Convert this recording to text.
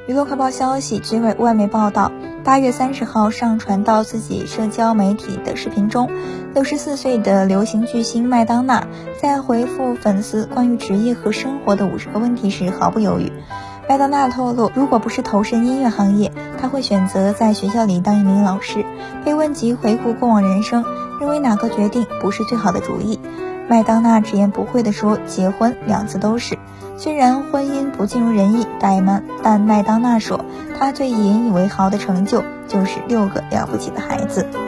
娱乐快报消息，据外媒报道，8月30号上传到自己社交媒体的视频中，64岁的流行巨星麦当娜在回复粉丝关于职业和生活的50个问题时毫不犹豫。麦当娜透露，如果不是投身音乐行业，她会选择在学校里当一名老师。被问及回顾过往人生，认为哪个决定不是最好的主意，麦当娜直言不讳地说，结婚2次都是。虽然婚姻不尽如人意，但麦当娜说，她最引以为豪的成就就是6个了不起的孩子。